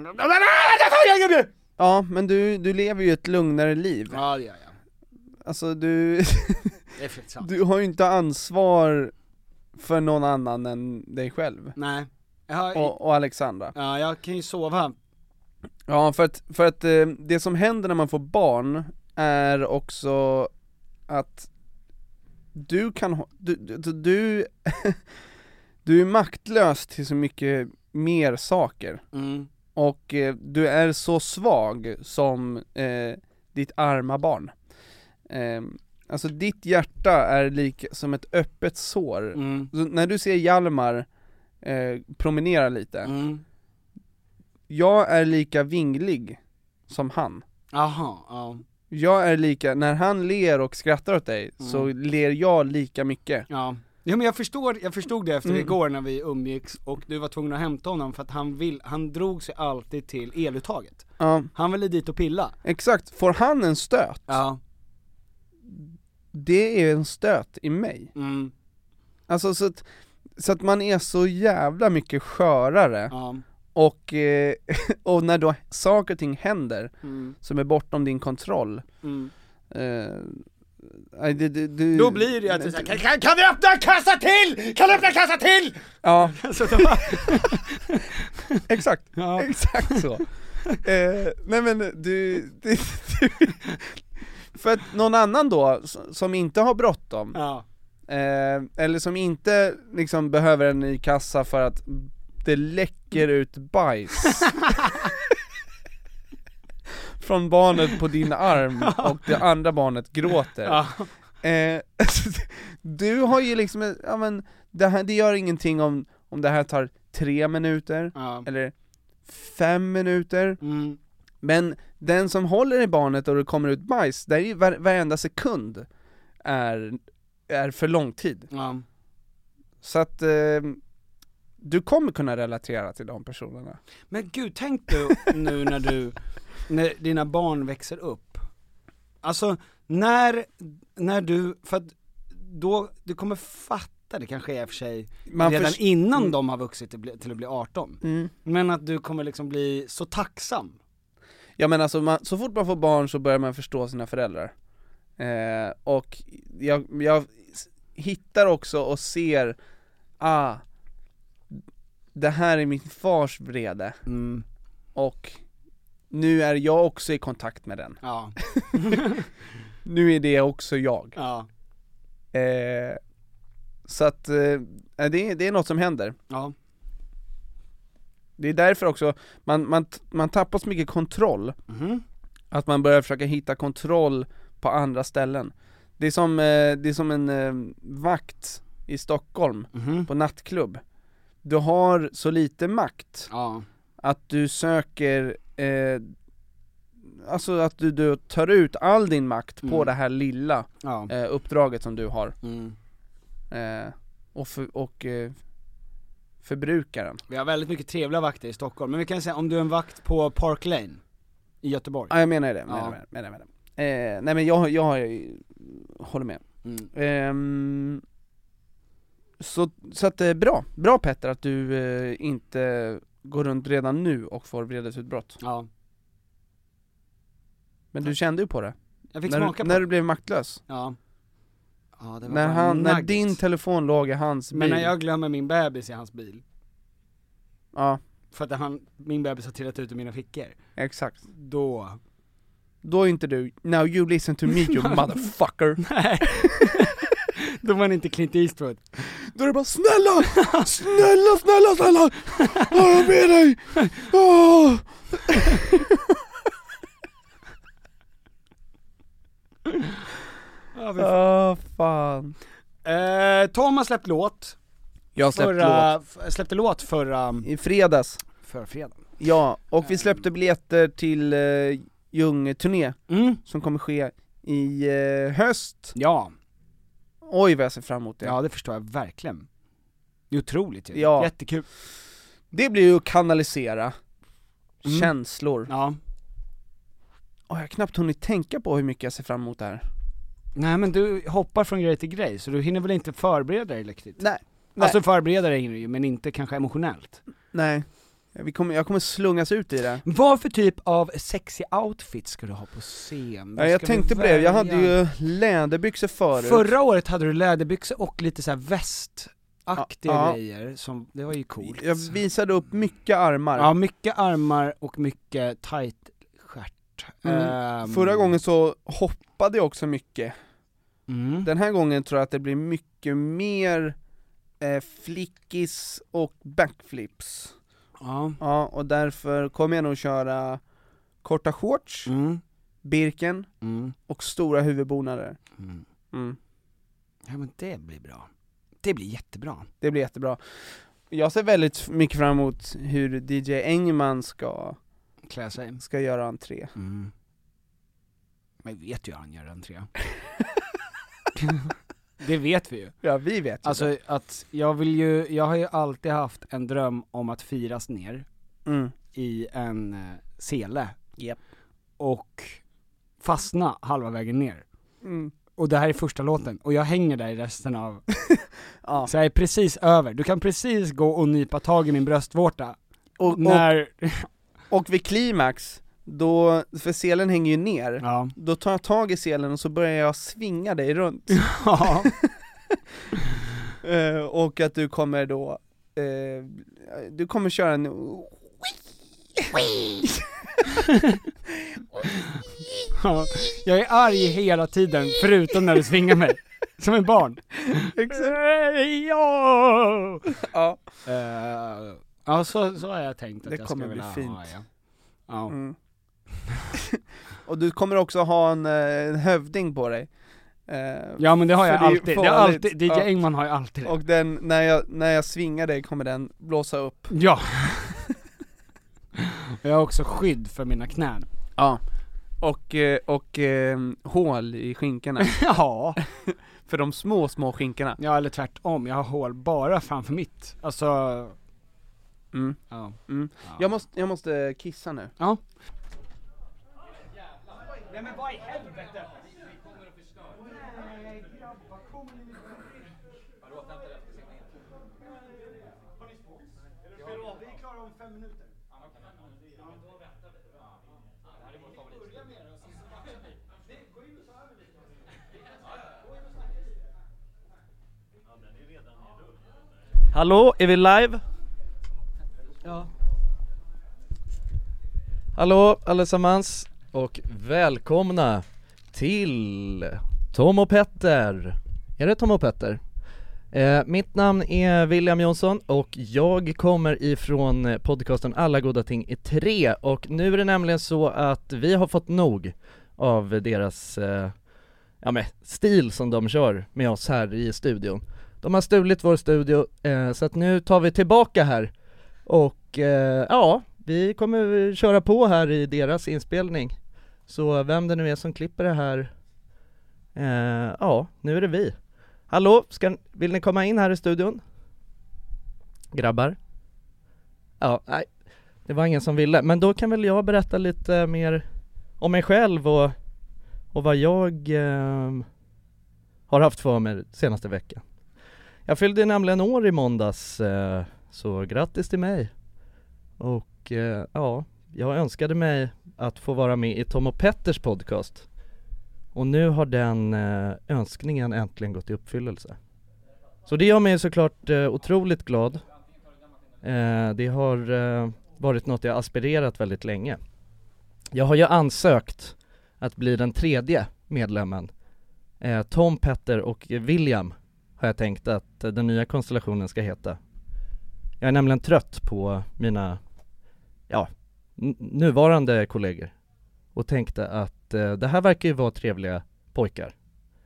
Ja, men du lever ju ett lugnare liv. Ja, det gör jag. Alltså du har ju inte ansvar för någon annan än dig själv. Nej. Och Alexandra. Ja, jag kan ju sova. Ja, för att det som händer när man får barn är också att du kan du är maktlös till så mycket mer saker. Och du är så svag som ditt arma barn. Alltså ditt hjärta är lika som ett öppet sår. Så när du ser Hjalmar promenera lite, jag är lika vinglig som han. Aha, ja. Jag är lika, när han ler och skrattar åt dig, så ler jag lika mycket. Ja. Ja, men jag förstod det efter igår när vi umgicks och du var tvungen att hämta honom för att han drog sig alltid till eluttaget. Ja. Han ville dit och pilla. Exakt, får han en stöt? Ja. Det är en stöt i mig. Alltså så att man är så jävla mycket skörare. Ja. Och när då saker och ting händer som är bortom din kontroll. Då blir det att du säger, kan du öppna en kassa till? Kan du öppna en kassa till? Ja. Exakt. Ja. Exakt så. Nej men du för att någon annan då som inte har bråttom. Ja. Eller som inte liksom behöver en ny kassa för att det läcker ut bajs från barnet på din arm och det andra barnet gråter. Ja. Du har ju liksom, ja men det gör ingenting om det här tar 3 minuter eller 5 minuter. Men den som håller i barnet och det kommer ut bajs, där är ju varenda sekund är för lång tid. Ja. Så att du kommer kunna relatera till de personerna. Men gud, tänk du nu när dina barn växer upp. Alltså när du, för att då du kommer fatta, det kanske är för sig redan innan de har vuxit till att bli 18. Men att du kommer liksom bli så tacksam. Ja men alltså så fort man får barn så börjar man förstå sina föräldrar. Och jag hittar också och ser det här är min fars vrede. Och nu är jag också i kontakt med den. Ja. Nu är det också jag. Ja. Så att det är något som händer. Ja. Det är därför också man tappar så mycket kontroll. Att man börjar försöka hitta kontroll på andra ställen. Det är som en vakt i Stockholm på nattklubb. Du har så lite makt att du söker alltså att du tar ut all din makt på det här lilla uppdraget som du har. Och förbrukar den. Vi har väldigt mycket trevliga vakter i Stockholm, men vi kan säga om du är en vakt på Park Lane i Göteborg. Ja, jag menar det. Nej men jag håller med. Så att det är bra Petter att du inte går runt redan nu och får vredesutbrott. Ja. Men du kände ju på det. Jag fick smaka på när du blev maktlös. Ja. Ja, det var när din telefon låg i hans bil. Men när jag glömmer min bebis i hans bil. Ja. För att min bebis har trillat ut ur mina fickor. Exakt. Då är inte du, now you listen to me you motherfucker. Nej. Då var han inte Clint Eastwood. Då är det bara snälla. Jag ber dig. Fan. Tom har släppt låt. Jag släppte låt i fredags. Förra fredagen. Ja, och vi släppte biljetter till Ljung-turné som kommer ske i höst. Ja. Oj vad jag ser fram emot det. Ja, det förstår jag verkligen. Det är otroligt ju. Ja. Jättekul. Det blir ju att kanalisera känslor. Ja. Och jag har knappt hunnit tänka på hur mycket jag ser fram emot det här. Nej, men du hoppar från grej till grej, så du hinner väl inte förbereda dig riktigt? Nej. Alltså förbereda dig hinner du ju, men inte kanske emotionellt. Nej. Jag kommer slungas ut i det. Vad för typ av sexy outfit ska du ha på scen? Ja, jag tänkte på det, jag hade ju läderbyxor förut. Förra året hade du läderbyxor och lite så här västaktiga grejer, som, det var ju coolt. Jag visade upp mycket armar. Ja, mycket armar och mycket tight stjärt. Förra gången så hoppade jag också mycket. Den här gången tror jag att det blir mycket mer flickis och backflips. Ja, och därför kommer jag nog köra korta shorts, birken och stora huvudbonader. Ja, men det blir bra. Det blir jättebra. Det blir jättebra. Jag ser väldigt mycket fram emot hur DJ Engman ska klä sig. Ska göra entré. Men jag vet ju hur han gör entré. Det vet vi ju. Ja, vi vet ju. Alltså att jag har ju alltid haft en dröm om att firas ner i en sele. Yep. Och fastna halva vägen ner. Och det här är första låten. Och jag hänger där i resten av... Ja. Så jag är precis över. Du kan precis gå och nypa tag i min bröstvårta. Och vid klimax, då, för selen hänger ju ner. Ja. Då tar jag tag i selen och så börjar jag svinga dig runt. Ja. Och att du kommer då... du kommer köra en... Ja, jag är arg hela tiden, förutom när du svingar mig. Som en barn. Ja. Ja, så har jag tänkt att det jag kommer ska bli vilja fint. ha, ja. Och du kommer också ha en hövding på dig. Ja, men det har jag alltid. Det är alltid. DJ Ja. Engman har ju alltid det. Och den, när jag svingar dig kommer den blåsa upp. Ja. Jag har också skydd för mina knän. Ja. Och hål i skinkorna. Ja. För de små skinkorna. Ja, eller tvärtom. Jag har hål bara framför mitt. Alltså... Ja. Jag måste kissa nu. Ja. Nej, men vad i helvete? Vi kommer att förstöra. Nej, grabbar, kommer ni med Har ni spons? Eller vi är klara om 5 minuter. Ja, då väntar vi. Det här är vår favorit. Börja med det och så snackar vi. Gå in och så över lite. Gå in och snacka lite. Ja, den är redan i rull. Hallå, är vi live? Ja. Hallå allesammans och välkomna till Tom och Petter. Är det Tom och Petter? Mitt namn är William Jonsson och jag kommer ifrån podcasten Alla goda ting är 3. Och nu är det nämligen så att vi har fått nog av deras stil som de kör med oss här i studion. De har stulit vår studio, så att nu tar vi tillbaka här. Och vi kommer köra på här i deras inspelning. Så vem det nu är som klipper det här, nu är det vi. Hallå, vill ni komma in här i studion? Grabbar? Ja, nej, det var ingen som ville. Men då kan väl jag berätta lite mer om mig själv och vad jag har haft för mig senaste veckan. Jag fyllde nämligen år i måndags, så grattis till mig. Och jag önskade mig att få vara med i Tom och Petters podcast. Och nu har den önskningen äntligen gått i uppfyllelse. Så det gör mig såklart otroligt glad. Det har varit något jag aspirerat väldigt länge. Jag har ju ansökt att bli den 3:e medlemmen. Tom, Petter och William har jag tänkt att den nya konstellationen ska heta. Jag är nämligen trött på mina nuvarande kollegor och tänkte att det här verkar ju vara trevliga pojkar.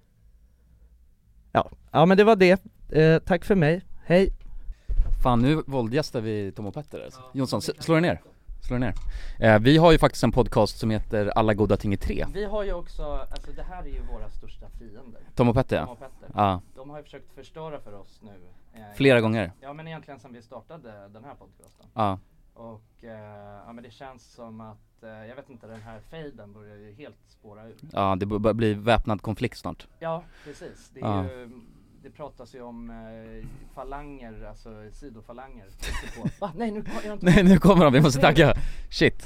Ja, men det var det. Tack för mig. Hej. Fan, nu våldgästar vi Tom och Petter alltså. Jonsson, slå er ner. Vi har ju faktiskt en podcast som heter Alla goda ting är 3. Vi har ju också, alltså det här är ju våra största fiender. Tom och Petter, ja. De har ju försökt förstöra för oss nu. Flera gånger. Ja, men egentligen som vi startade den här podcasten. Ja. Och men det känns som att, jag vet inte, den här fejden börjar ju helt spåra ut. Ja, det börjar bli väpnad konflikt snart. Ja, precis. Det är ju, det pratas ju om falanger, alltså sidofalanger. Va? Nej, nu kommer de, vi måste tacka. Shit.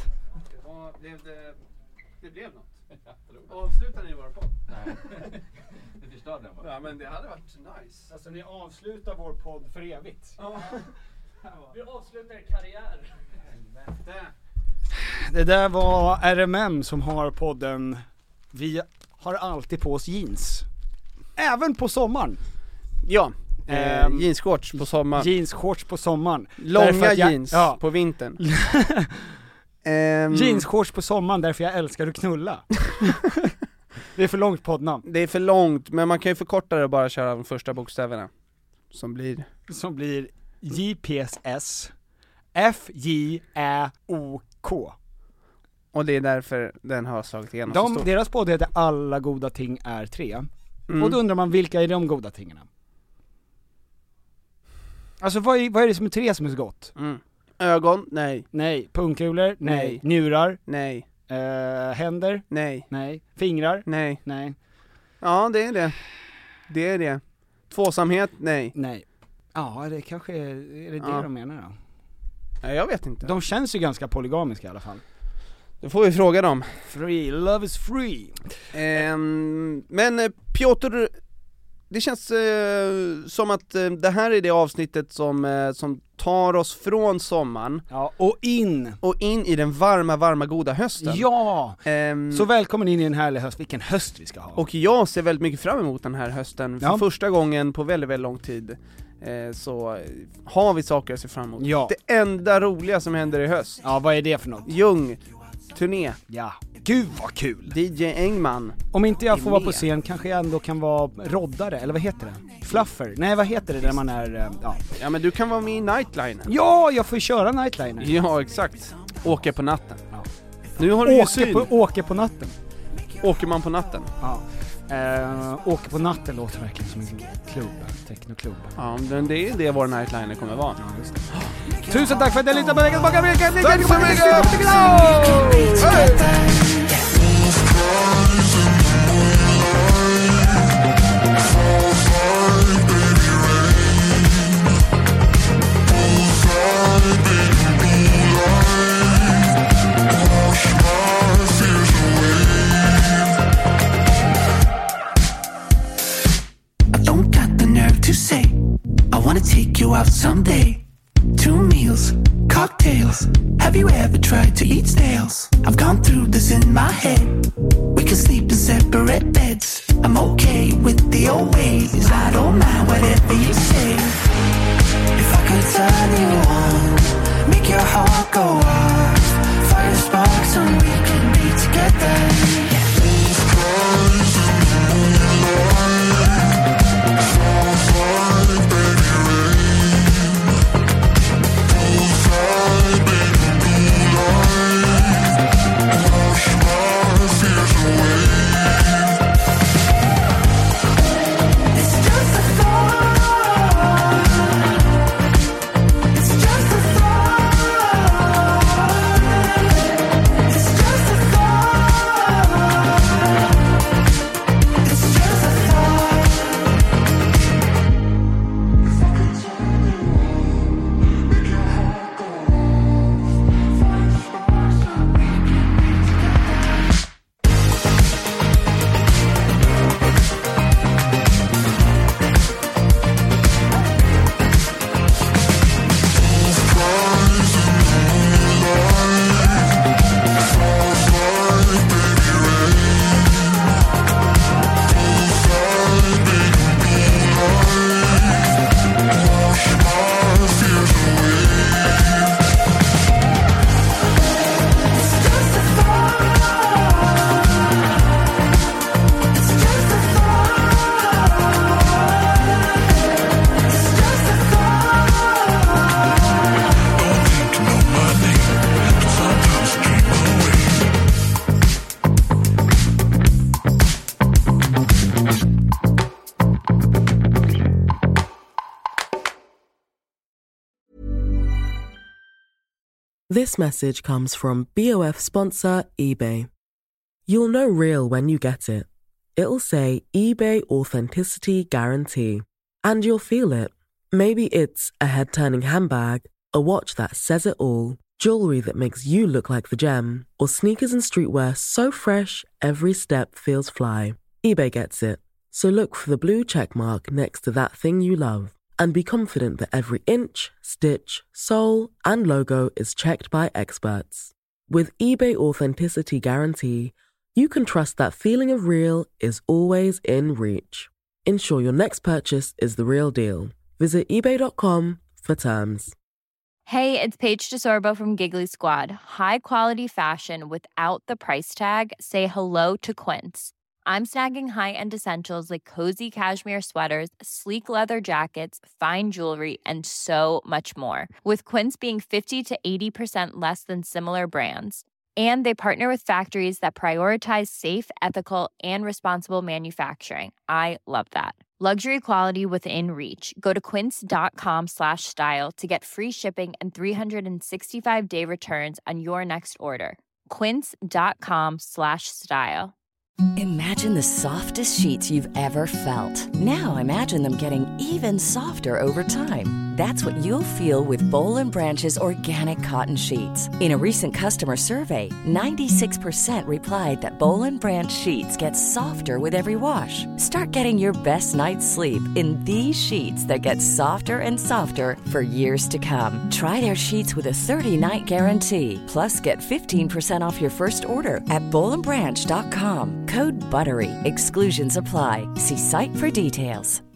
Det blev något. Avslutar ni vår podd? Nej. Det förstörde den bara. Ja, men det hade varit nice. Alltså ni avslutar vår podd för evigt. Ja. Vi avslutar karriär. Det där var RMM som har podden Vi har alltid på oss jeans. Även på sommaren. Ja, jeansshorts på sommaren. Jeansshorts på sommaren. Långa jeans på vintern. Jeansshorts på sommaren därför jag älskar att knulla. Det är för långt poddnamn. Det är för långt, men man kan ju förkorta det och bara köra de första bokstäverna. Som blir JPSS FJÄOK. Och det är därför den har slagit igenom så stort. Deras podd heter Alla goda ting är 3. Och då undrar man, vilka är de goda tingarna? Alltså vad är det som är 3 som är så gott? Ögon? Nej. Nej. Pungkulor? Nej. Njurar? Nej. Händer? Nej. Nej. Fingrar? Nej. Nej. Ja, det är det. Det är det. Tvåsamhet? Nej. Nej. Ja, det kanske är det de menar då? Nej, jag vet inte. De känns ju ganska polygamiska i alla fall. Då får vi fråga dem. Free, love is free. Men Piotr, det känns som att det här är det avsnittet som tar oss från sommaren. Ja, och in i den varma goda hösten. Ja! Så välkommen in i en härlig höst, vilken höst vi ska ha. Och jag ser väldigt mycket fram emot den här hösten. För första gången på väldigt, väldigt lång tid så har vi saker att se fram emot. Ja. Det enda roliga som händer i höst. Ja, vad är det för något? Ljung turné. Ja. Gud vad kul! DJ Engman. Om inte jag får vara på scen kanske jag ändå kan vara roddare, eller vad heter det? Fluffer? Nej, vad heter det där man är, Ja, men du kan vara med i Nightliner. Ja, jag får köra Nightliner. Ja, exakt. Åker på natten. Ja. Nu har du åker på natten. Åker man på natten? Ja. Åker på natten låter verkligen som en klubb, technoklubb. Ja, men det är det vår Nightliner kommer vara. Ja, just det. Tusen tack för att jag lyssnade på Veckans Baka. Tack så mycket! To say, I wanna take you out someday. 2 meals, cocktails. Have you ever tried to eat snails? I've gone through this in my head. We can sleep in separate beds. I'm okay with the old ways. I don't mind whatever you say. If I could turn you on, make your heart go off. Fire sparks and we can be together. This message comes from BOF sponsor eBay. You'll know real when you get it. It'll say eBay Authenticity Guarantee. And you'll feel it. Maybe it's a head-turning handbag, a watch that says it all, jewelry that makes you look like the gem, or sneakers and streetwear so fresh every step feels fly. eBay gets it. So look for the blue check mark next to that thing you love. And be confident that every inch, stitch, sole, and logo is checked by experts. With eBay Authenticity Guarantee, you can trust that feeling of real is always in reach. Ensure your next purchase is the real deal. Visit ebay.com for terms. Hey, it's Paige DeSorbo from Giggly Squad. High quality fashion without the price tag. Say hello to Quince. I'm snagging high-end essentials like cozy cashmere sweaters, sleek leather jackets, fine jewelry, and so much more. With Quince being 50 to 80% less than similar brands. And they partner with factories that prioritize safe, ethical, and responsible manufacturing. I love that. Luxury quality within reach. Go to quince.com/style to get free shipping and 365-day returns on your next order. Quince.com/style. Imagine the softest sheets you've ever felt. Now imagine them getting even softer over time. That's what you'll feel with Boll & Branch's organic cotton sheets. In a recent customer survey, 96% replied that Boll & Branch sheets get softer with every wash. Start getting your best night's sleep in these sheets that get softer and softer for years to come. Try their sheets with a 30-night guarantee. Plus, get 15% off your first order at bollandbranch.com. Code BUTTERY. Exclusions apply. See site for details.